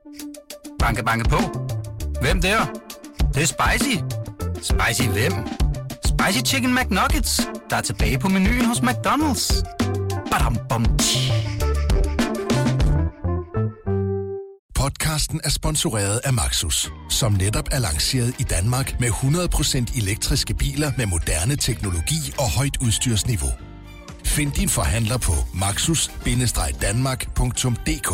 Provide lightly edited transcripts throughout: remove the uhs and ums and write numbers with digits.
Banke, banke på. Hvem der? Det er spicy. Spicy hvem? Spicy Chicken McNuggets, der er tilbage på menuen hos McDonald's. Badum, bom, Podcasten er sponsoreret af Maxus, som netop er lanceret i Danmark med 100% elektriske biler med moderne teknologi og højt udstyrsniveau. Find din forhandler på maxus-danmark.dk.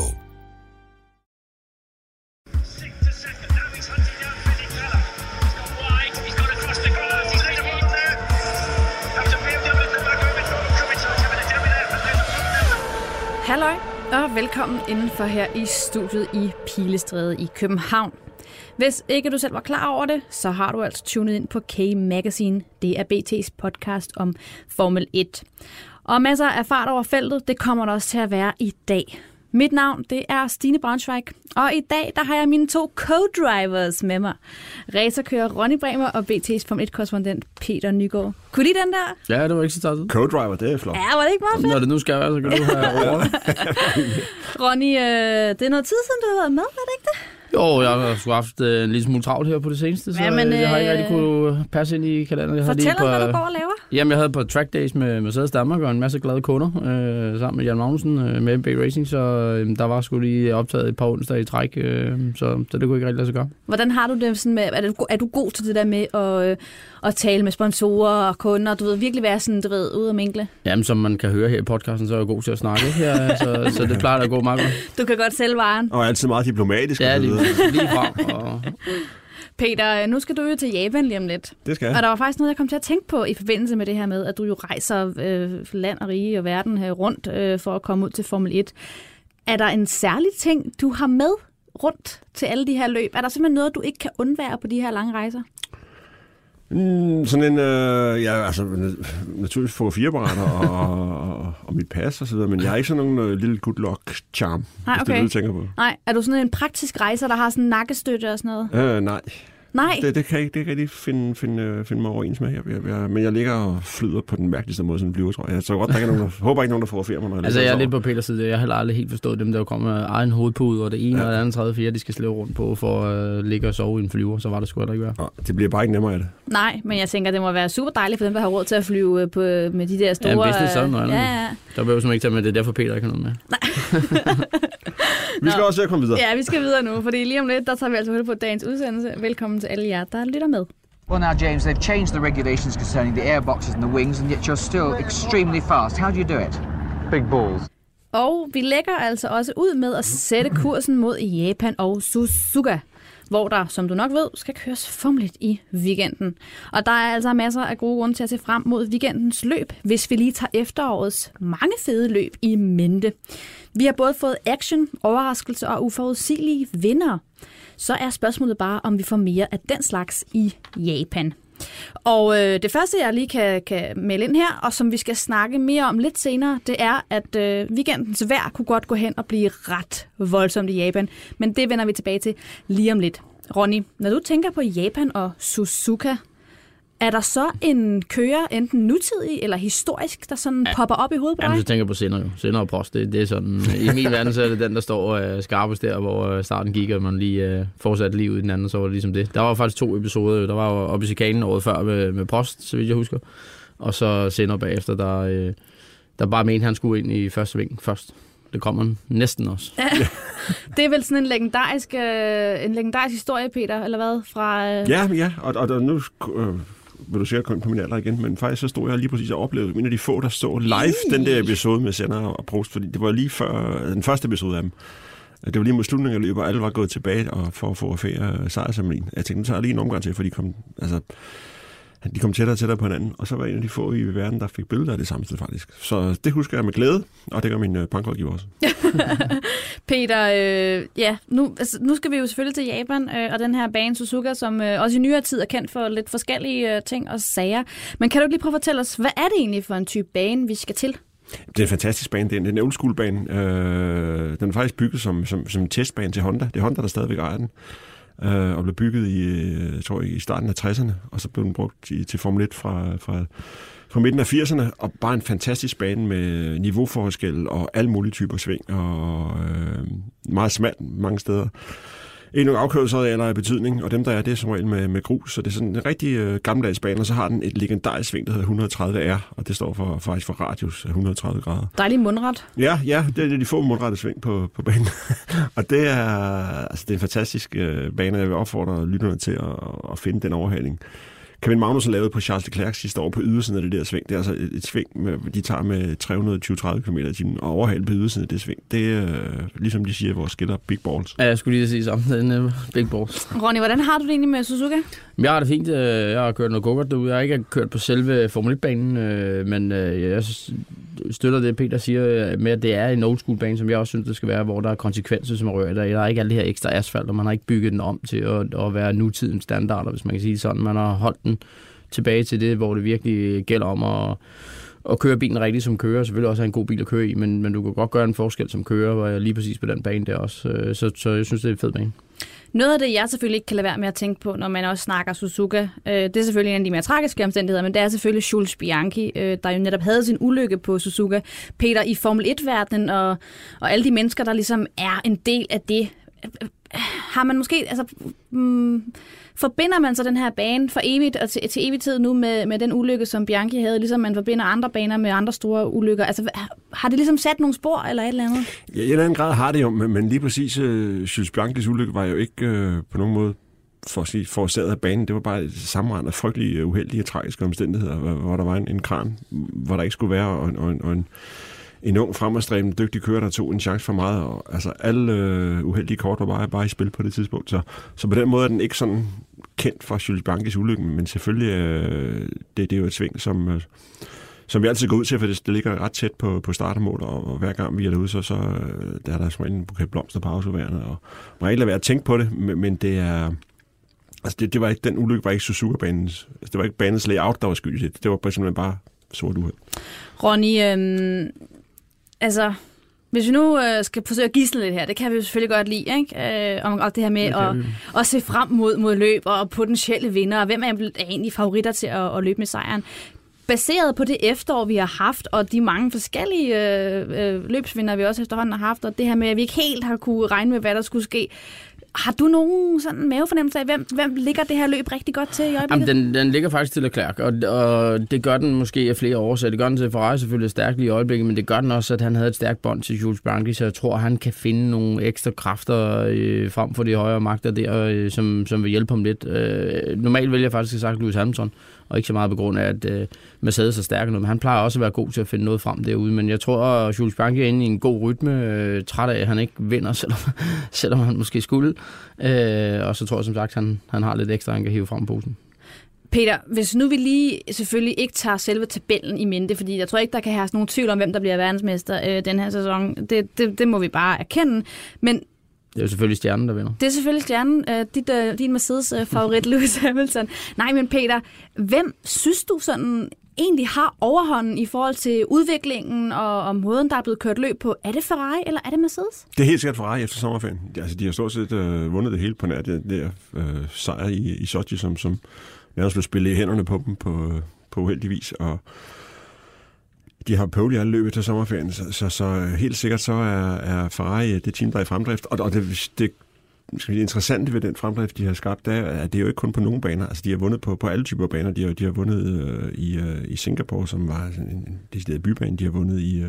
Halløj, og velkommen indenfor her i studiet i Pilestræde i København. Hvis ikke du selv var klar over det, så har du altså tunet ind på K-Magazine. Det er BT's podcast om Formel 1. Og masser af fart over feltet, det kommer der også til at være i dag. Mit navn, det er Stine Braunschweig, og i dag der har jeg mine to co-drivers med mig. Racerkører Ronny Bremer og BT's Formel 1-korrespondent Peter Nygaard. Kunne I den der? Ja, det var ikke så tosset. Co-driver, det er flot. Ja, var det ikke meget fedt? Når det nu skal være, så kan du have over. Ronny, det er noget tid siden, du har været med, er det ikke det? Jo, jeg har sgu haft en lille smule travlt her på det seneste, så jeg har ikke rigtig kunne passe ind i kalenderen. Fortæl os, hvad du går og laver. Jamen, jeg havde på track days med Mercedes Danmark og en masse glade kunder sammen med Jan Magnussen med MB Racing, så der var sgu lige optaget et par onsdage i træk, så det kunne ikke rigtig lade sig gøre. Hvordan har du det sådan med, er du god til det der med at tale med sponsorer og kunder, du ved, virkelig være sådan, du ved, ude og minkle? Jamen, som man kan høre her i podcasten, så er jeg god til at snakke her, så det plejer at gå meget godt. Du kan godt sælge varen. Og altid meget diplomatisk. Ja, lige frem. Peter, nu skal du jo til Japan lige om lidt. Det skal jeg. Og der var faktisk noget, jeg kom til at tænke på i forbindelse med det her med, at du jo rejser land og rige og verden her rundt for at komme ud til Formel 1. Er der en særlig ting, du har med rundt til alle de her løb? Er der simpelthen noget, du ikke kan undvære på de her lange rejser? Sådan en, naturligvis fotografiapparater og mit pas og så videre, men jeg har ikke sådan nogen lille good luck charm, nej, okay. Hvis det er det, du tænker på. Nej, er du sådan en praktisk rejser, der har sådan en nakkestøtte og sådan noget? Nej. Nej? Det kan jeg ikke finde mig overens med. Men jeg ligger og flyder på den mærkeligste måde, sådan en bliver, tror jeg. Så godt, der ikke nogen, håber ikke nogen, der fotograferer mig. Når jeg jeg er lidt på Peters side. Jeg har heller aldrig helt forstået dem, der kommer med egen hovedpude, og det ene og det andet, tredje, fjerde, de skal slæve rundt på for at ligge og sove i en flyver. Så var det sgu heller ikke være. Ja, det bliver bare ikke nemmere af det. Nej, men jeg tænker, det må være super dejligt for dem, der har råd til at flyve med de der store... Ja, business sådan noget andet. Ja. Der behøver man ikke tage med, det er derfor Peter ikke har noget med. Nej. Vi skal også komme videre. Ja, vi skal videre nu, fordi lige om lidt, der tager vi altså hul på dagens udsendelse. Velkommen til alle jer, der lytter med. Well now, James, they've changed the regulations concerning the airboxes and the wings, and yet you're still extremely fast. How do you do it? Big balls. Og vi lægger altså også ud med at sætte kursen mod Japan og Suzuka, hvor der, som du nok ved, skal køres Formel 1 i weekenden. Og der er altså masser af gode grunde til at se frem mod weekendens løb, hvis vi lige tager efterårets mange fede løb i mente. Vi har både fået action, overraskelse og uforudsigelige vindere. Så er spørgsmålet bare, om vi får mere af den slags i Japan. Og det første, jeg lige kan melde ind her, og som vi skal snakke mere om lidt senere, det er, at weekendens vejr kunne godt gå hen og blive ret voldsomt i Japan. Men det vender vi tilbage til lige om lidt. Ronny, når du tænker på Japan og Suzuka, er der så en kører, enten nutidig eller historisk, der sådan popper op i hovedet på dig? Jamen, så tænker jeg på Senna jo. Senna og Prost, det er sådan... I min verden, så er det den, der står skarpest der, hvor starten gik, og man lige fortsatte livet i den anden, så var det ligesom det. Der var faktisk 2 episoder. Der var jo oppe i chikanen året før med Prost, så vidt jeg husker. Og så Senna bagefter, der bare mente, han skulle ind i første sving først. Det kommer han næsten også. Det er vel sådan en legendarisk historie, Peter, eller hvad? Fra, Ja, og nu vil du sikkert komme på min alder igen, men faktisk så stod jeg lige præcis og oplevede en af de få, der så live den der episode med Senna og Prost, fordi det var lige før den første episode af dem. Det var lige mod slutningen af løbet, og alle var gået tilbage for at fotografere sejrceremonien. Jeg tænkte, nu tager jeg lige en omgang til, for de kom tættere og tættere på hinanden, og så var en af de få i verden, der fik billeder af det samme sted faktisk. Så det husker jeg med glæde, og det gør min bankrådgiver også. Peter, nu skal vi jo selvfølgelig til Japan, og den her bane Suzuka, som også i nyere tid er kendt for lidt forskellige ting og sager. Men kan du lige prøve at fortælle os, hvad er det egentlig for en type bane, vi skal til? Det er en fantastisk bane. Det er en old school bane. Den er faktisk bygget som en testbane til Honda. Det er Honda, der stadigvæk ejer den. Og blev bygget i starten af 60'erne, og så blev den brugt til Formel 1 fra fra midten af 80'erne, og bare en fantastisk bane med niveauforskel og alle mulige typer sving, og meget smalt mange steder. Ikke nogen afkørsler eller af betydning, og dem der er, det er som regel med grus, så det er sådan en rigtig gammeldags bane, og så har den et legendarisk sving, der hedder 130R, og det står faktisk for radius af 130 grader. Dejlig mundret. Ja, det er de få mundrette sving på banen. Og det er en fantastisk bane, jeg vil opfordre lytterne til at finde den overhaling. Kevin Magnussen lavede på Charles Leclerc sidste år på ydersiden af det der sving. Det er altså et sving, de tager med 320-30 km/t og overhale på ydersiden af det sving. Det er, ligesom de siger i vores skiller, big balls. Ja, jeg skulle lige sige sammen, big balls. Ronny, hvordan har du det egentlig med Suzuka? Jeg har det fint. Jeg har kørt noget go-kart derude. Jeg har ikke kørt på selve Formel 1-banen, men jeg støtter det, Peter siger, med, at det er en old school bane, som jeg også synes, det skal være, hvor der er konsekvenser, som rører. Der er ikke alt det her ekstra asfalt, og man har ikke bygget den om til at være nutidens standarder, hvis man kan sige sådan. Man har holdt den tilbage til det, hvor det virkelig gælder om at køre bilen rigtigt som kører. Selvfølgelig også have en god bil at køre i, men du kan godt gøre en forskel som kører, hvor jeg lige præcis på den bane der også. Så jeg synes, det er en fed bane. Noget af det, jeg selvfølgelig ikke kan lade være med at tænke på, når man også snakker Suzuka, det er selvfølgelig en af de mere tragiske omstændigheder, men det er selvfølgelig Jules Bianchi, der jo netop havde sin ulykke på Suzuka. Peter, i Formel 1-verdenen og alle de mennesker, der ligesom er en del af det, har man måske, forbinder man så den her bane for evigt og til evig tid nu med den ulykke, som Bianchi havde, ligesom man forbinder andre baner med andre store ulykker? Altså, har det ligesom sat nogle spor eller et eller andet? Ja, i en eller anden grad har det jo, men lige præcis Jules Bianchis ulykke var jo ikke på nogen måde forårsaget af banen. Det var bare et sammenrend af frygtelige, uheldige og tragiske omstændigheder, hvor der var en kran, hvor der ikke skulle være, og en ung fremadstræbende dygtig kører, der tog en chance for meget, og altså alle uheldige kort var bare i spil på det tidspunkt. Så på den måde er den ikke sådan kendt for Jules Bianchis ulykke, men selvfølgelig det er jo et sving, som vi altid går ud til, for det ligger ret tæt på startermål, og hver gang vi er derude, så der er der som en buket blomster på afsøværende, og man er ikke lade være at tænke på det, men det er... Altså det var ikke, den ulykke var ikke Suzuka-banens... Altså det var ikke banens layout, der var skyld i det. Det var simpelthen bare sort uheld. Ronny, hvis vi nu skal forsøge at gisne lidt her, det kan vi jo selvfølgelig godt lide, ikke? Og det her med at se frem mod løb og potentielle vinder, og hvem er egentlig favoritter til at løbe med sejren. Baseret på det efterår, vi har haft, og de mange forskellige løbsvinder, vi også efterhånden har haft, og det her med, at vi ikke helt har kunne regne med, hvad der skulle ske. Har du nogen sådan mavefornemmelse af, hvem ligger det her løb rigtig godt til i øjeblikket? Jamen, den ligger faktisk til Leclerc, og det gør den måske af flere årsager. Det gør den til Ferrari selvfølgelig stærkt i øjeblikket, men det gør den også, at han havde et stærkt bånd til Jules Bianchi, så jeg tror, han kan finde nogle ekstra kræfter frem for de højere magter der, som vil hjælpe ham lidt. Normalt vælger jeg faktisk sagt Lewis Hamilton, og ikke så meget på grund af, at Mercedes er stærk nu, men han plejer også at være god til at finde noget frem derude. Men jeg tror, at Jules Bianchi er inde i en god rytme, træt af, at han ikke vinder, selvom han måske skulle. Og så tror jeg som sagt, han har lidt ekstra, han kan hive frem i posen. Peter, hvis nu vi lige selvfølgelig ikke tager selve tabellen i mente, fordi jeg tror ikke, der kan have nogen tvivl om, hvem der bliver verdensmester den her sæson. Det må vi bare erkende. Men det er jo selvfølgelig stjernen, der vinder. Det er selvfølgelig stjernen. Din Mercedes-favorit, Lewis Hamilton. Nej, men Peter, hvem synes du sådan egentlig har overhånden i forhold til udviklingen og måden, der er blevet kørt løb på? Er det Ferrari, eller er det Mercedes? Det er helt sikkert Ferrari efter sommerferien. Altså, de har stort set vundet det hele på nær det der sejr i Sochi, som nærmest blev spillet i hænderne på dem på uheldig vis, og de har pole i alle løbet til sommerferien, så helt sikkert så er Ferrari det team, der er i fremdrift. Og det interessante ved den fremdrift, de har skabt, er, at det er jo ikke kun på nogle baner. Altså, de har vundet på alle typer baner. De har vundet i Singapore, som var en decideret bybane. De har vundet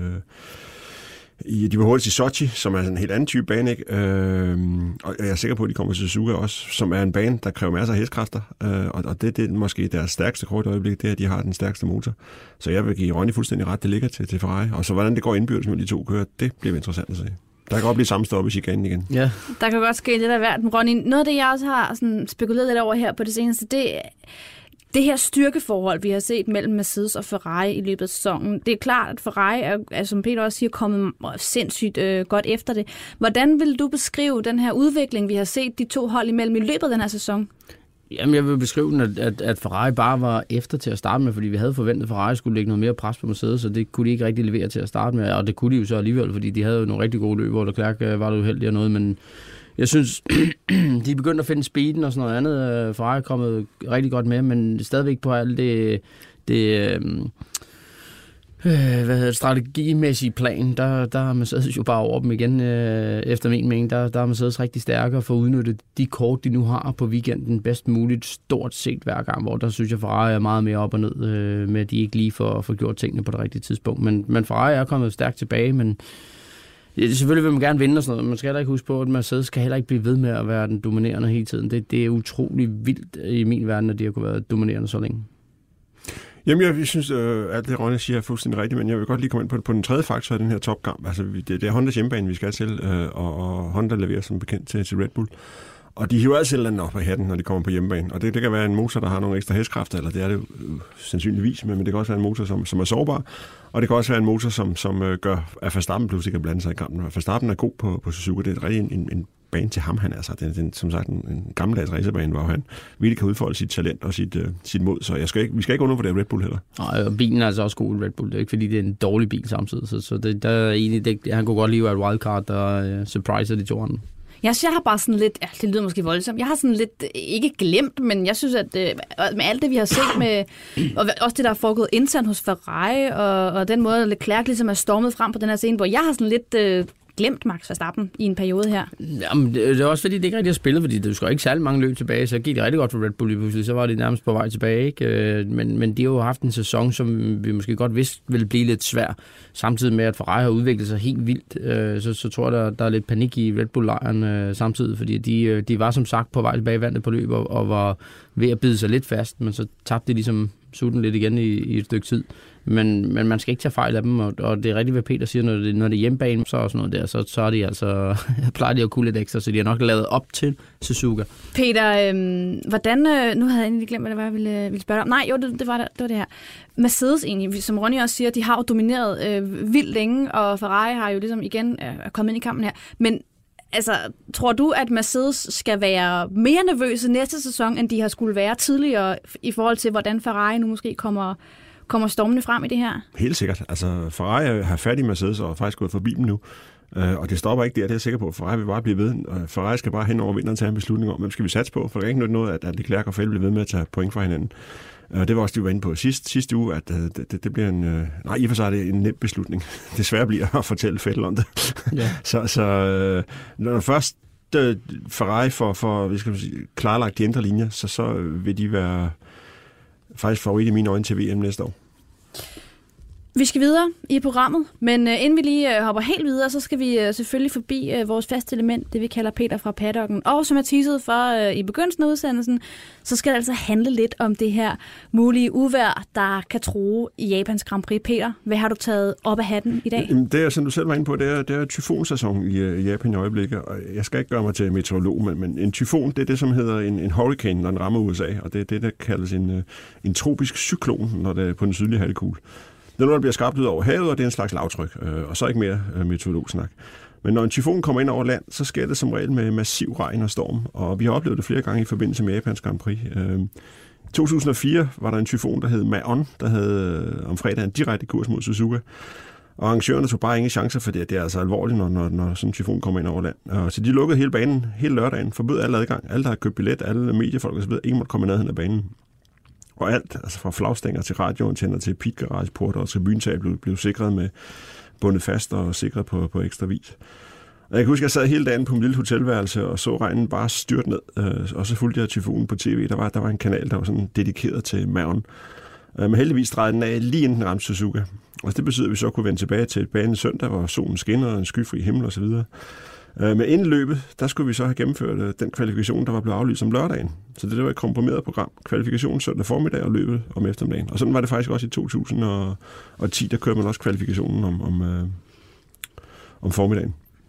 de var hurtigt i Sochi, som er en helt anden type bane, ikke? Og jeg er sikker på, at de kommer til Suzuka også, som er en bane, der kræver masser af hestekræfter. Og det er måske deres stærkeste kort i øjeblikket, det er, at de har den stærkeste motor. Så jeg vil give Ronny fuldstændig ret, det ligger til Ferrari. Og så hvordan det går indbyrdes med de to kører, det bliver interessant at se. Der kan godt blive sammenstoppet i chikanen igen. Ja. Der kan godt ske lidt af hvert. Ronny, noget af det, jeg også har sådan spekuleret lidt over her på det seneste, det her styrkeforhold, vi har set mellem Mercedes og Ferrari i løbet af sæsonen. Det er klart, at Ferrari er, som Peter også siger, kommet sindssygt godt efter det. Hvordan vil du beskrive den her udvikling, vi har set de to hold imellem i løbet af den her sæson? Jamen, jeg vil beskrive den, at Ferrari bare var efter til at starte med, fordi vi havde forventet, at Ferrari skulle lægge noget mere pres på Mercedes, så det kunne de ikke rigtig levere til at starte med, og det kunne de jo så alligevel, fordi de havde jo nogle rigtig gode løb, hvor Leclerc var det uheldigt og noget, men jeg synes, de er begyndt at finde speeden og sådan noget andet. Ferrari er kommet rigtig godt med, men stadigvæk på alt strategimæssige plan, der har Mercedes jo bare over dem igen, efter min mening. Der er Mercedes rigtig stærkere for at udnytte de kort, de nu har på weekenden bedst muligt, stort set hver gang, hvor der synes jeg, Ferrari er meget mere op og ned, med at de ikke lige får gjort tingene på det rigtige tidspunkt. Men Ferrari er kommet stærkt tilbage, men selvfølgelig vil man gerne vinde og sådan noget. Man skal heller ikke huske på, at Mercedes skal heller ikke blive ved med at være den dominerende hele tiden. Det er utrolig vildt i min verden, at de har kunne være dominerende så længe. Jamen, jeg synes, alt det Ronny siger er fuldstændig rigtigt, men jeg vil godt lige komme ind på den tredje faktor af den her topkamp. Altså, det er Hondas hjemmebane, vi skal til, og Honda leverer som bekendt til Red Bull. Og de hiver altid landet op af hatten, når de kommer på hjemmebane. Og det kan være en motor, der har nogle ekstra hestkræfter, eller det er det sandsynligvis, men det kan også være en motor, som er sårbar. Og det kan også være en motor, som gør, at Verstappen pludselig kan blande sig i kampen. Verstappen er god på Suzuka. Det er rigtig en bane til ham, han er. Altså, det er som sagt en gammeldags racerbane, hvor han virkelig kan udfolde sit talent og sit mod. Så vi skal ikke undervurdere Red Bull heller. Nej, og bilen er altså også god i Red Bull. Det er ikke, fordi det er en dårlig bil samtidig. Så der er egentlig, han kunne godt lide at wildcard og surprise de to andre. Jeg har bare sådan lidt, det lyder måske voldsomt, jeg har sådan lidt, ikke glemt, men jeg synes, at med alt det, vi har set med, og også det, der er foregået internt hos Ferrari, og den måde, Leclerc ligesom er stormet frem på den her scene, hvor jeg har sådan lidt glemt Max Verstappen i en periode her. Jamen, det er også fordi, det ikke rigtig har spillet, fordi det skal ikke særlig mange løb tilbage, så gik det rigtig godt for Red Bull lige pludselig, så var det nærmest på vej tilbage, ikke? Men de har jo haft en sæson, som vi måske godt vidste ville blive lidt svær, samtidig med, at Ferrari har udviklet sig helt vildt, så tror jeg, der er lidt panik i Red Bull-lejren samtidig, fordi de var som sagt på vej tilbage vandet på løb, og var ved at bide sig lidt fast, men så tabte de ligesom sutten lidt igen i et stykke tid. Men man skal ikke tage fejl af dem, og det er rigtigt, hvad Peter siger, når det er hjemmebane, så og sådan noget der, så er de altså, plejer de at kunne lidt ekstra, så de har nok lavet op til Suzuka. Peter, hvordan, nu havde jeg egentlig glemt, hvad jeg ville spørge om. Nej, jo, det var det her. Mercedes egentlig, som Ronny også siger, de har jo domineret vildt længe, og Ferrari har jo ligesom igen kommet ind i kampen her. Men altså, tror du, at Mercedes skal være mere nervøse næste sæson, end de har skulle være tidligere, i forhold til, hvordan Ferrari nu måske kommer stormende frem i det her? Helt sikkert. Altså, Ferrari har fat i Mercedes og er faktisk gået forbi dem nu. Og det stopper ikke der, det er jeg sikker på. Ferrari vil bare blive ved. Ferrari skal bare hen over vinteren tage en beslutning om, hvem skal vi satse på. For der er ikke noget, at Leclerc og Vettel bliver ved med at tage point fra hinanden. Det var også, de var inde på sidste uge, at det bliver en... nej, i og for sig er det en nem beslutning. Det svære bliver at fortælle Vettel om det. Ja. så når først Ferrari får vi skal sige, klarlagt de indre linjer, så vil de være faktisk favorit i mine øjne til VM næste år. Vi skal videre i programmet, men inden vi lige hopper helt videre, så skal vi selvfølgelig forbi vores faste element, det vi kalder Peter fra paddocken. Og som jeg teasede for i begyndelsen af udsendelsen, så skal det altså handle lidt om det her mulige uvejr, der kan true i Japans Grand Prix. Peter, hvad har du taget op af hatten i dag? Det er, som du selv var inde på, det er tyfonsæson i Japan i øjeblikket. Og jeg skal ikke gøre mig til meteorolog, men en tyfon, det er det, som hedder en hurricane, når den rammer USA. Og det er det, der kaldes en tropisk cyklon, når det er på den sydlige halvkugle. Det er noget, der bliver skabt ud over havet, og det er en slags lavtryk, og så ikke mere meteorologsnak. Men når en tyfon kommer ind over land, så sker det som regel med massiv regn og storm, og vi har oplevet det flere gange i forbindelse med Japans Grand Prix. I 2004 var der en tyfon, der hed Maon, der havde om fredagen direkte kurs mod Suzuka. Og arrangørerne tog bare ingen chancer for det. Det er altså alvorligt, når sådan en tyfon kommer ind over land. Og så de lukkede hele banen hele lørdagen, forbød alle adgang. Alle, der har købt billet, alle mediefolk osv., ingen måtte komme i nærheden af banen. Og alt, altså fra flagstænger til radioantænder til pitgarageporter og tribunetag blev sikret med bundet fast og sikret på ekstra vis. Og jeg kan huske, at jeg sad hele dagen på mit lille hotelværelse og så regnen bare styrt ned. Og så fulgte jeg tyfonen på tv. Der var en kanal, der var sådan dedikeret til maven. Men heldigvis drejede den af lige inden den ramte Suzuka. Og det betyder, at vi så kunne vende tilbage til banen søndag, hvor solen skinner og en skyfri himmel osv. Men inden løbet, der skulle vi så have gennemført den kvalifikation, der var blevet aflyst om lørdagen. Så det var et komprimeret program. Kvalifikation søndag formiddag og løbet om eftermiddagen. Og sådan var det faktisk også i 2010, der kørte man også kvalifikationen om formiddagen.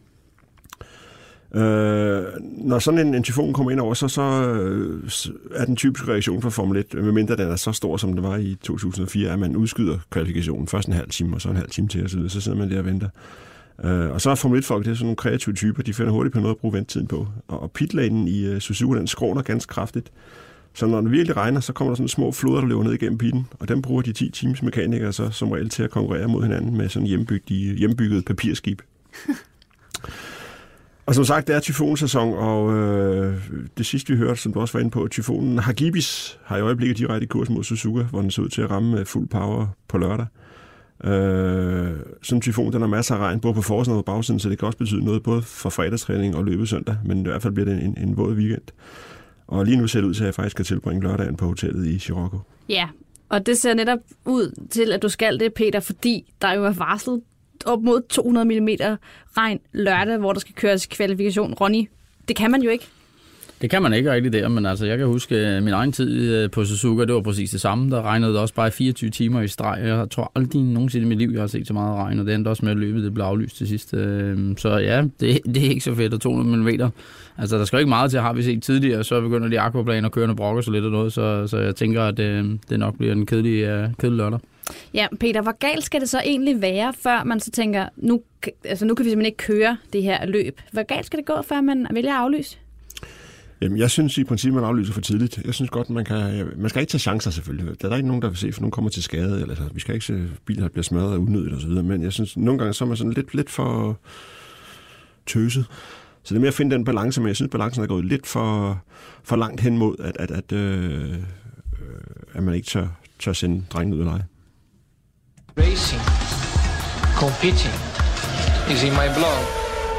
Når sådan en tyfon kommer ind over, så er den typiske reaktion for Formel 1, medmindre den er så stor, som det var i 2004, at man udskyder kvalifikationen først en halv time, og så en halv time til, og så sidder man der og venter. Og så er Formel 1-folk, det er sådan nogle kreative typer, de finder hurtigt på noget at bruge ventetiden på. Og pitlanen i Suzuka, den skråner ganske kraftigt. Så når det virkelig regner, så kommer der sådan små floder, der løber ned igennem pitten, og dem bruger de 10 teams mekanikere så som regel til at konkurrere mod hinanden med sådan hjemmebyggede papirskib. Og som sagt, det er tyfonsæson, og det sidste vi hørte, som du også var inde på, tyfonen Hagibis har i øjeblikket direkte kurs mod Suzuka, hvor den så ud til at ramme fuld power på lørdag. Sådan en tyfon, den har masser af regn, både på forsiden og på bagsiden, så det kan også betyde noget både for fredagstræning og løbet søndag, men i hvert fald bliver det en våd weekend. Og lige nu ser det ud til, at jeg faktisk skal tilbringe lørdagen på hotellet i Scirocco. Ja, og det ser netop ud til, at du skal det, Peter, fordi der jo er varslet op mod 200 mm regn lørdag, hvor der skal køres kvalifikation. Ronny, det kan man jo ikke. Det kan man ikke rigtig der, men altså, jeg kan huske min egen tid på Suzuka, det var præcis det samme. Der regnede det også bare 24 timer i streg. Jeg tror aldrig nogensinde i mit liv, jeg har set så meget regn, og det endte også med at løbet, det blev aflyst til sidst. Så ja, det er ikke så fedt, at 200 mm. Altså, der skal ikke meget til, har vi set tidligere, så begynder de aquaplaner at køre og brokker så lidt og noget, så jeg tænker, at det nok bliver en kedelig lørdag. Ja, Peter, hvor galt skal det så egentlig være, før man så tænker, nu kan vi simpelthen ikke køre det her løb? Hvor galt skal det gå, før man vælger at aflyse? Jamen, jeg synes i princippet, man aflyser for tidligt. Jeg synes godt, man skal ikke tage chancer selvfølgelig. Der er ikke nogen, der vil se, for nogen kommer til skade, eller vi skal ikke se biler, der bliver smadret og unødigt og så videre. Men jeg synes, nogle gange så er man sådan lidt for tøset. Så det er med at finde den balance, men jeg synes, balancen er gået lidt for langt hen mod, at man ikke tør sende drengene ud af leje. Racing, competing is in my blood.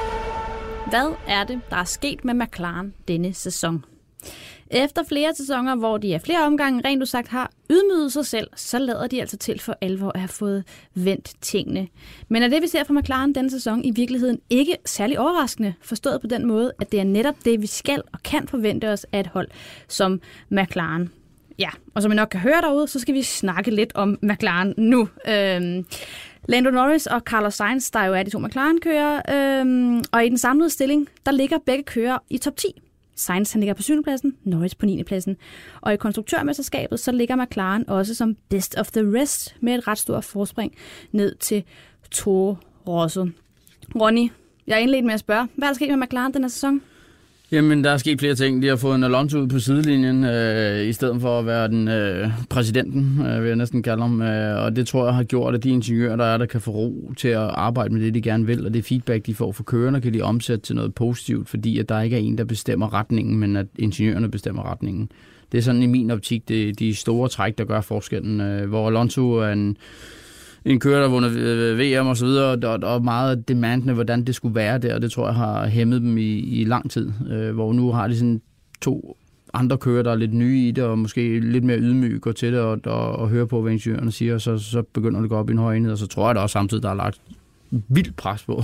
Hvad er det, der er sket med McLaren denne sæson? Efter flere sæsoner, hvor de af flere omgange rent udsagt har ydmyget sig selv, så lader de altså til for alvor at have fået vendt tingene. Men er det, vi ser fra McLaren denne sæson, i virkeligheden ikke særlig overraskende, forstået på den måde, at det er netop det, vi skal og kan forvente os af et hold som McLaren. Ja, og som I nok kan høre derude, så skal vi snakke lidt om McLaren nu. Lando Norris og Carlos Sainz, der jo er de to McLaren-kører, og i den samlede stilling, der ligger begge kører i top 10. Sainz han ligger på 7. pladsen, Norris på 9. pladsen. Og i konstruktørmesterskabet, så ligger McLaren også som best of the rest med et ret stort forspring ned til Toro Rosso. Ronny, jeg er indledt med at spørge, hvad er der sket med McLaren den her sæson? Jamen, der er sket flere ting. De har fået en Alonso ud på sidelinjen, i stedet for at være den præsidenten, vil jeg næsten kalde ham. Og det tror jeg har gjort, at de ingeniører, der kan få ro til at arbejde med det, de gerne vil. Og det feedback, de får fra kørerne, kan de omsætte til noget positivt, fordi at der ikke er en, der bestemmer retningen, men at ingeniørerne bestemmer retningen. Det er sådan i min optik, de store træk, der gør forskellen. Hvor Alonso er en kører, der vundet VM og så videre, og meget demandende, hvordan det skulle være der, og det tror jeg har hæmmet dem i lang tid. Hvor nu har de sådan to andre kører, der er lidt nye i det, og måske lidt mere ydmyge, går til det og høre på, hvad ingeniørerne siger, og så begynder det at gå op i en høj enhed, og så tror jeg da også samtidig, der er lagt vildt pres på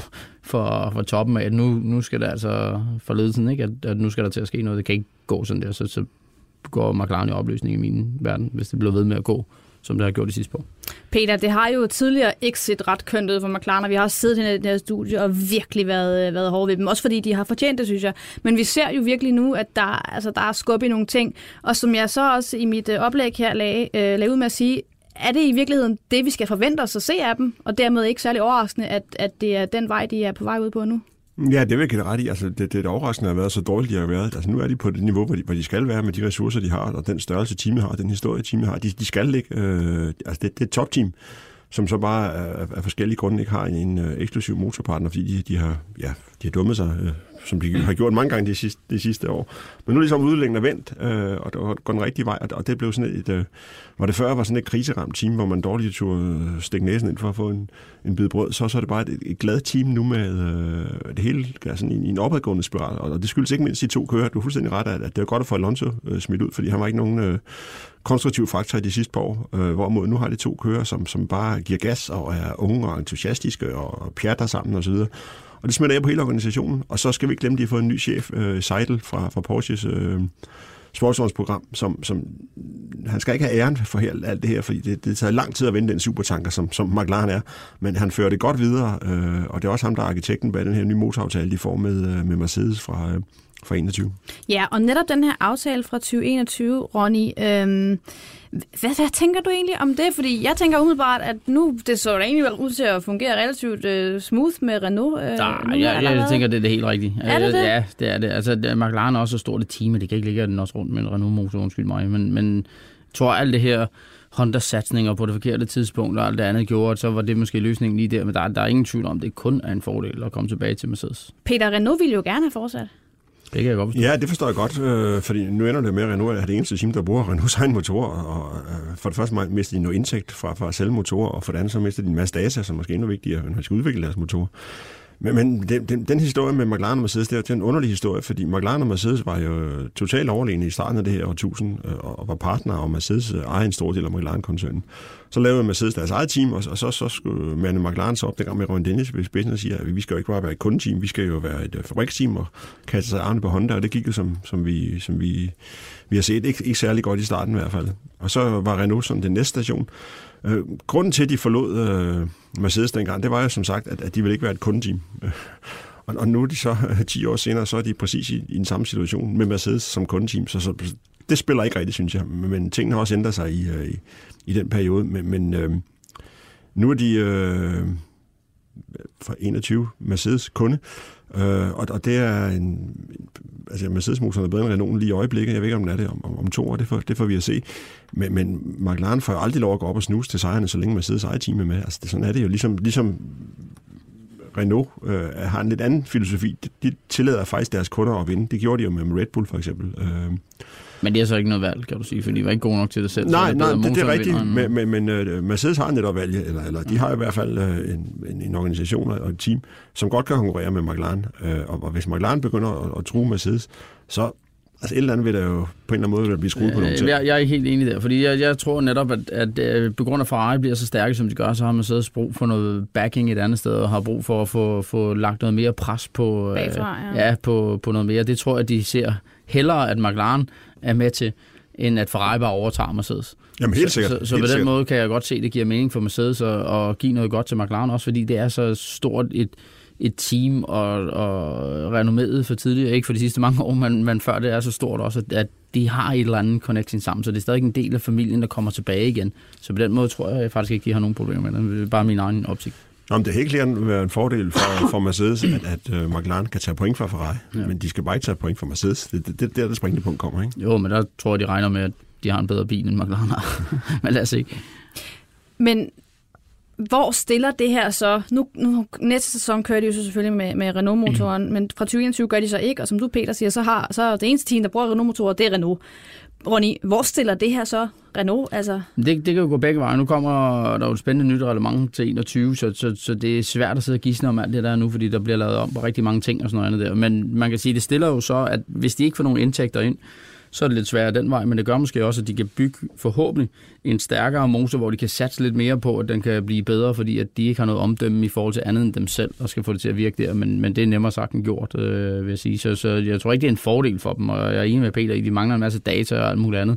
for toppen af, at nu skal der altså for ledelsen, ikke? At nu skal der til at ske noget. Det kan ikke gå sådan der, så går McLaren i opløsning i min verden, hvis det bliver ved med at gå, som det har gjort de sidste år. Peter, det har jo tidligere ikke set ret kønt ud for McLaren, og vi har også siddet i det her studie og virkelig været hårde ved dem, også fordi de har fortjent det, synes jeg. Men vi ser jo virkelig nu, at der er skub i nogle ting, og som jeg så også i mit oplæg her lagde ud med at sige, er det i virkeligheden det, vi skal forvente os at se af dem, og dermed ikke særlig overraskende, at det er den vej, de er på vej ud på nu? Ja, det vil jeg give det ret i. Altså, det overraskende har været så dårligt, de har været. Altså, nu er de på det niveau, hvor de skal være med de ressourcer, de har, og den størrelse, teamet har, den historie, teamet har. De skal ligge. Altså, det er et topteam, som så bare af forskellige grunde ikke har en eksklusiv motorpartner, fordi de har dummet sig, som de har gjort mange gange de sidste år. Men nu er ligesom udviklingen er vendt, og det går den rigtige vej, og det blev sådan et, hvor det før var sådan et kriseramt team, hvor man dårligt turde stikke næsen ind for at få en bid brød, så er det bare et glad team nu med det hele sådan i en opadgående spiral, og det skyldes ikke mindst de to kører. Du er fuldstændig ret, at det er godt at få Alonso smidt ud, fordi han var ikke nogen konstruktiv faktor i de sidste par år, hvorimod nu har de to kører, som bare giver gas og er unge og entusiastiske og pjatter sammen osv. Og det smitter af på hele organisationen, og så skal vi ikke glemme, at de har fået en ny chef, Seidel fra Porsches sportsvognsprogram, som han skal ikke have æren for alt det her, fordi det tager lang tid at vende den supertanker, som McLaren er, men han fører det godt videre, og det er også ham, der er arkitekten bag den her nye motoraftale, de får med Mercedes fra 21. Ja, og netop den her aftale fra 2021, Ronny, hvad tænker du egentlig om det? Fordi jeg tænker umiddelbart, at nu det så egentlig vel ud til at fungere relativt smooth med Renault. Jeg tænker, det er det helt rigtige. Er det det? Ja, det er det. Altså, McLaren er også så stort et team, at det kan ikke ligge den også rundt med en Renault-motor, undskyld mig. Men tror alt det her Honda-satsninger på det forkerte tidspunkt og alt det andet gjorde, så var det måske løsningen lige der, men der er ingen tvivl om, det kun er en fordel at komme tilbage til Mercedes. Peter, Renault ville jo gerne have fortsat. Det kan jeg godt forstå. Ja, det forstår jeg godt, fordi nu ender det med, at Renault er det eneste team, der bruger Renaults egen motorer, og for det første mister de noget indtægt fra at sælge motorer, og for det andet så mister de en masse data, som måske er endnu vigtigere, når de skal udvikle deres motorer. Men den historie med McLaren og Mercedes, det er en underlig historie, fordi McLaren og Mercedes var jo totalt overlegne i starten af det her årtusind, og var partner, og Mercedes ejede en stor del af McLaren-koncernen. Så lavede Mercedes deres eget team, og så skulle mande McLaren så op dengang med Ron Dennis ved spidsen og siger, at vi skal jo ikke bare være et kundeteam, vi skal jo være et fabriksteam og kaste sig arne på Honda, og det gik jo som vi har set ikke særlig godt i starten i hvert fald. Og så var Renault sådan den næste station. Grunden til, at de forlod Mercedes dengang, det var jo som sagt, at de ville ikke være et kundeteam. Og nu er de så 10 år senere, så er de præcis i den samme situation med Mercedes som kundeteam. Så det spiller ikke rigtigt, synes jeg. Men tingene har også ændret sig i den periode. Men nu er de fra 21 Mercedes kunde, og det er altså Mercedes-motoren er bedre end Renault lige i øjeblikket. Jeg ved ikke, om det er det om 2 år, det får vi at se. Men McLaren får jo aldrig lov at gå op og snuse til sejrene, så længe Mercedes eget team er med. Altså, sådan er det jo. Ligesom Renault har en lidt anden filosofi. De tillader faktisk deres kunder at vinde. Det gjorde de jo med Red Bull, for eksempel. Men det er så ikke noget valg, kan du sige, for de var ikke gode nok til det selv. Nej, det er rigtigt, men Mercedes har netop valg, eller de har i hvert fald en organisation og et team, som godt kan konkurrere med McLaren. Og hvis McLaren begynder at true Mercedes, så altså et eller andet vil der jo på en eller anden måde blive skruet på nogle ting. Jeg er helt enig der, fordi jeg tror netop, at på grund af Ferrari bliver så stærke, som de gør, så har Mercedes brug for noget backing et andet sted, og har brug for at få lagt noget mere pres på, på noget mere. Det tror jeg, de ser hellere, at McLaren er med til, end at Ferrari bare overtager Mercedes. Jamen helt sikkert. Så på den måde kan jeg godt se, at det giver mening for Mercedes at give noget godt til McLaren, også fordi det er så stort et team og renomméet for tidligere, ikke for de sidste mange år, men før det er så stort også, at de har et eller andet connection sammen, så det er stadig en del af familien, der kommer tilbage igen. Så på den måde tror jeg faktisk ikke, de har nogen problemer med det. Det er bare min egen optik. Det er helt klart være en fordel for Mercedes, at McLaren kan tage point fra Ferrari, men de skal bare ikke tage point fra Mercedes. Det er der, det springende punkt kommer, ikke? Jo, men der tror jeg, de regner med, at de har en bedre bil, end McLaren har. Men lad os se. Men hvor stiller det her så? Nu næste sæson kører de jo så selvfølgelig med Renault-motoren, men fra 2021 gør de så ikke, og som du, Peter, siger, så er det eneste team, der bruger Renault-motorer, det er Renault. Ronny, hvor stiller det her så Renault? Altså? Det kan jo gå begge veje. Nu kommer der jo et spændende nyt reglement til 21, så det er svært at sidde og gisne om alt det der nu, fordi der bliver lavet om på rigtig mange ting og sådan noget andet der. Men man kan sige, det stiller jo så, at hvis de ikke får nogen indtægter ind, så er det lidt sværere den vej, men det gør måske også, at de kan bygge forhåbentlig en stærkere motor, hvor de kan satse lidt mere på, at den kan blive bedre, fordi at de ikke har noget omdømme i forhold til andet end dem selv, og skal få det til at virke der, men det er nemmere sagt end gjort, vil jeg sige. Så jeg tror ikke, det er en fordel for dem, og jeg er enig med Peter i, de mangler en masse data og alt muligt andet.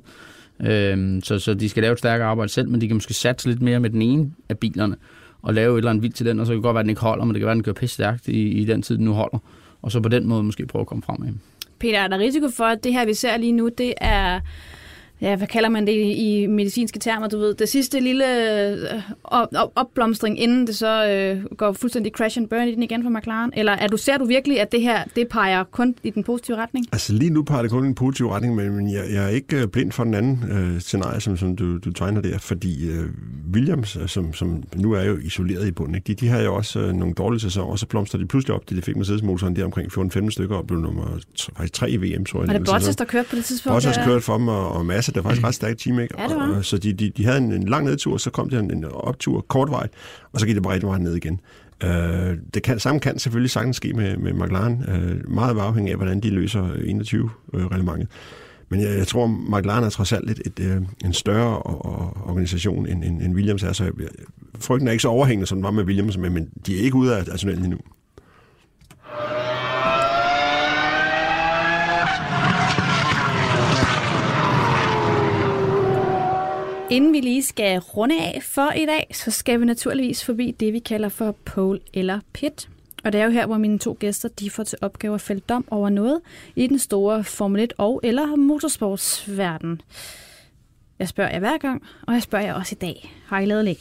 Så de skal lave et stærkere arbejde selv, men de kan måske satse lidt mere med den ene af bilerne, og lave et eller andet vildt til den, og så kan det godt være, at den ikke holder, men det kan være, at den kører pisse stærkt i den tid, den nu holder, og så på den måde måske prøve at komme frem med. Peter, er der risiko for, at det her, vi ser lige nu, det er, ja, hvad kalder man det i medicinske termer, du ved, det sidste lille opblomstring, inden det så går fuldstændig crash and burn i den igen for McLaren? Eller ser du virkelig, at det her, det peger kun i den positive retning? Altså lige nu peger det kun i den positive retning, men jeg er ikke blind for den anden scenarie, som du tegner der, fordi Williams, som nu er jo isoleret i bunden, ikke? De har jo også nogle dårlige sæsoner, og så blomster de pludselig op, de fik Mercedes-motoren der omkring 14-15 stykker, og blev nummer 3 i VM, tror jeg. Og det Bottas, der kørte på det tidspunkt? Bottas kørte for dem, og Massa, der var faktisk ret stærkt team, ikke? Ja, det var. Så de havde en lang nedtur, så kom der en optur, kortvej, og så gik det bare rigtig meget ned igen. Samme kan selvfølgelig sagtens ske med McLaren, meget afhængig af, hvordan de løser 21-reglementet. Men jeg tror, McLaren er trods alt en større organisation, end Williams er, så frygten er ikke så overhængende, som den var med Williams, men de er ikke ude af tunnelen endnu. Inden vi lige skal runde af for i dag, så skal vi naturligvis forbi det, vi kalder for pole eller pit. Og det er jo her, hvor mine 2 gæster de får til opgave at fælde dom over noget i den store Formel 1 og eller motorsportsverden. Jeg spørger jer hver gang, og jeg spørger jer også i dag. Har I lavet lektier?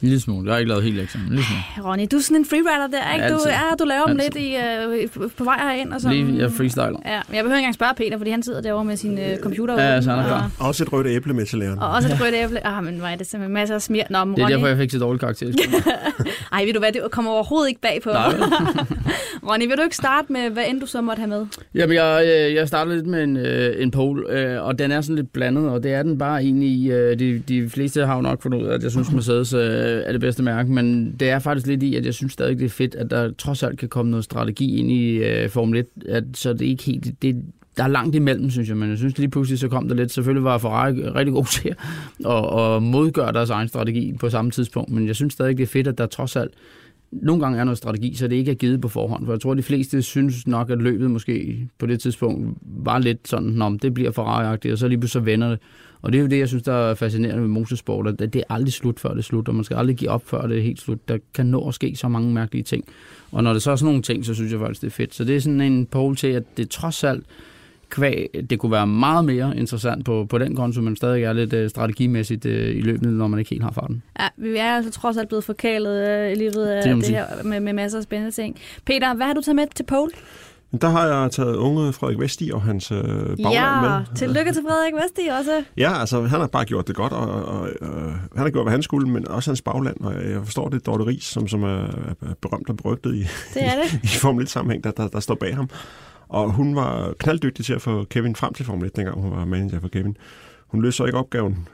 En lille smule. Jeg har ikke lavet helt lektion. Ronny, du er sådan en freerider der, ikke? Du laver dem lidt på vej herind og sådan. Lige, jeg freestyler. Ja, jeg behøver ikke engang spørge Peter, fordi han sidder derovre med sin computer. Ja, så han er klar. Også et rødt æble med til læreren. Og også et rødt æble. Men hvor er det simpelthen masser af smir. Nå, men det er Ronny... derfor, jeg fik så dårlig karakter. Ej, ved du hvad, det kommer overhovedet ikke bag på. Ronny, vil du ikke starte med, hvad end du så måtte have med? Jamen, jeg startede lidt med en poll, og den er sådan lidt blandet, og det er den bare egentlig. De fleste har jo nok fundet ud af, at jeg synes, Mercedes er det bedste mærke, men det er faktisk lidt i, at jeg synes stadig, det er fedt, at der trods alt kan komme noget strategi ind i Formel 1, så det er ikke helt... Der er langt imellem, synes jeg, men jeg synes lige pludselig, så kom der lidt. Selvfølgelig var Ferrari rigtig god til at modgøre deres egen strategi på samme tidspunkt, men jeg synes stadig, det er fedt, at der trods alt nogle gange er noget strategi, så det ikke er givet på forhånd. For jeg tror, de fleste synes nok, at løbet måske på det tidspunkt var lidt sådan, det bliver Ferrari-agtigt, og så lige pludselig vender det. Og det er jo det, jeg synes, der er fascinerende med motorsport, at det er aldrig slut, før det er slut, og man skal aldrig give op, før det er helt slut. Der kan nå at ske så mange mærkelige ting. Og når det så er sådan nogle ting, så synes jeg faktisk, det er fedt. Så det er sådan en poll til, at det trods alt det kunne være meget mere interessant på den konto, men stadig er lidt strategimæssigt i løbet, når man ikke helt har farten. Ja, vi er altså trods alt blevet forkælet i løbet af det her med masser af spændende ting. Peter, hvad har du taget med til poll? Der har jeg taget unge Frederik Vesti og hans bagland med. Ja, tillykke til Frederik Vesti også. Ja, altså han har bare gjort det godt, og han har gjort, hvad han skulle, men også hans bagland, og jeg forstår det, Dorte Riis, som er berømt og berygtet i Formel 1-sammenhæng, der står bag ham. Og hun var knalddygtig til at få Kevin frem til Formel 1, dengang hun var manager for Kevin. Hun løste så ikke opgaven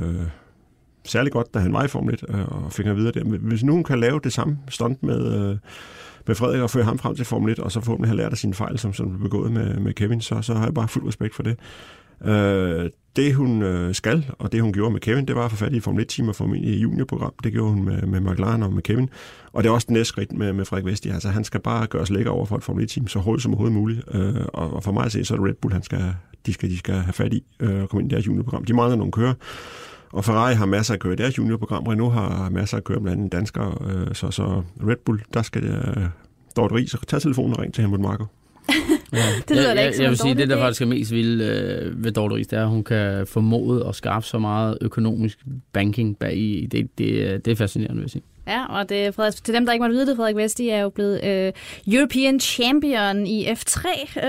særlig godt, da han var i Formel 1, og fik ham videre der. Hvis nu hun kan lave det samme stunt med Frederik og føre ham frem til Formel 1, og så forhåbentlig have lært af sine fejl, som blev begået med Kevin, så har jeg bare fuld respekt for det. Det hun skal, og det hun gjorde med Kevin, det var at få fat i Formel 1-team og få ham ind i juniorprogram. Det gjorde hun med McLaren og med Kevin. Og det er også den næste skridt med Frederik Vesti. Altså han skal bare gøres lækker over for et Formel 1-team så hurtigt som overhovedet muligt. Og for mig at se, så er det Red Bull, de skal have fat i og komme ind i deres juniorprogram. De mangler nogle kører. Og Ferrari har masser at køre i deres juniorprogram. Renault har masser at køre blandt andet danskere. Så Red Bull, der skal Dorte Riis tage telefonen og ringe til Helmut Marko. Ja. Det lyder da ikke som jeg vil sige, det der faktisk er mest vilde ved Dorte Riis, det er, at hun kan formode at skaffe så meget økonomisk banking bag i. Det er fascinerende, vil jeg sige. Ja, og til dem, der ikke måtte vide det, Frederik Vesti er jo blevet European Champion i F3.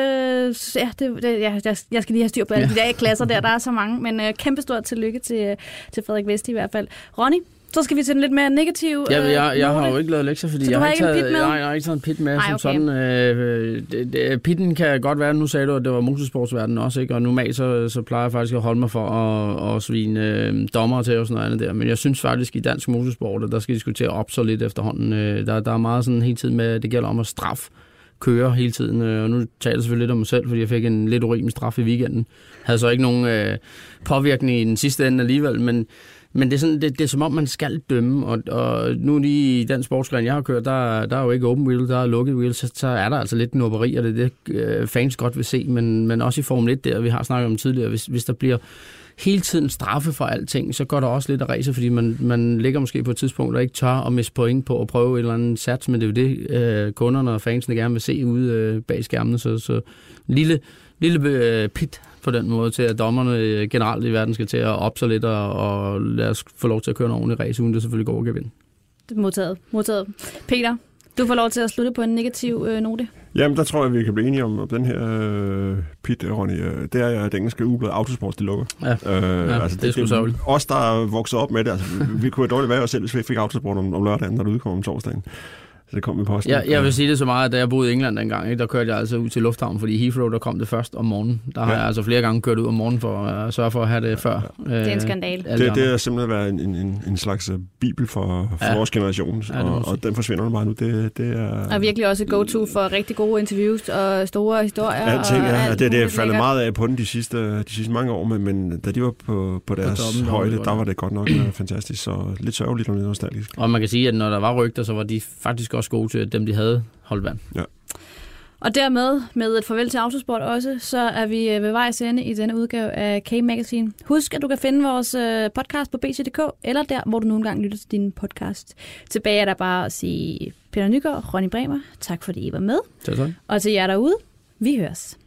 Jeg skal lige have styr på alle de der klasser der er så mange, men kæmpestort tillykke til Frederik Vesti i hvert fald. Ronny? Så skal vi til den lidt mere negativ jeg har jo ikke lavet lektier, fordi jeg har ikke taget en pit med. Nej, som sådan. Pitten kan godt være, nu sagde du, at det var motorsportsverdenen også, ikke? Og normalt så plejer jeg faktisk at holde mig for at svine dommer til og sådan noget andet der. Men jeg synes faktisk, i dansk motorsport, der skal diskutere op så lidt efterhånden. Der er meget sådan hele tiden med, det gælder om at straffe køre hele tiden, og nu taler jeg selvfølgelig lidt om mig selv, fordi jeg fik en lidt urimelig straf i weekenden. Havde så ikke nogen påvirkning i den sidste ende alligevel, men det er sådan, det er som om, man skal dømme, og nu lige i den sportsgren, jeg har kørt, der er jo ikke open wheel, der er lukket wheel, så er der altså lidt nubberi, og det fans godt vil se, men også i Formel 1 der, vi har snakket om tidligere, hvis der bliver hele tiden straffe for alting, så går der også lidt af racer, fordi man ligger måske på et tidspunkt, der ikke tør at miste point på at prøve et eller andet sats, men det er jo det, kunderne og fansene gerne vil se ude bag skærmene, så lille pit på den måde til, at dommerne generelt i verden skal til at op sig lidt og lade os få lov til at køre en ordentlig race, uden det selvfølgelig går at vinde. Modtaget. Peter, du får lov til at slutte på en negativ note. Jamen, der tror jeg, vi kan blive enige om den her pit, Ronny. Det er det engelske ugeblad Autosport, det lukker. Ja, altså, det er sgu sørgeligt. Os, der er vokset op med det, altså, vi kunne dårligt være os selv, hvis vi fik Autosport om lørdagen, når det udkom om torsdagen. Så det kom med posten. Jeg vil sige det så meget, at da jeg boede i England dengang, ikke, der kørte jeg altså ud til lufthavnen, fordi Heathrow, der kom det først om morgenen. Der har jeg altså flere gange kørt ud om morgenen for at sørge for at have det før. Det er en skandal. Det har simpelthen været en slags bibel for vores generation, og den forsvinder bare nu. Det er... Og virkelig også go-to for rigtig gode interviews og store historier. Det er faldet meget af på den de sidste mange år, men da de var på deres toppen, højde, der var det godt nok fantastisk, så lidt sørgeligt og lidt nostalgisk. Og man kan sige, at når der var rygter, så var de faktisk også gode til dem, de havde holdt vand. Ja. Og dermed, med et farvel til Autosport også, så er vi ved vejs ende i denne udgave af K-Magazine. Husk, at du kan finde vores podcast på bc.dk, eller der, hvor du nogle gange lytter til din podcast. Tilbage er der bare at sige Peter Nygaard og Ronny Bremer, tak fordi I var med. Tak. Og til jer derude, vi høres.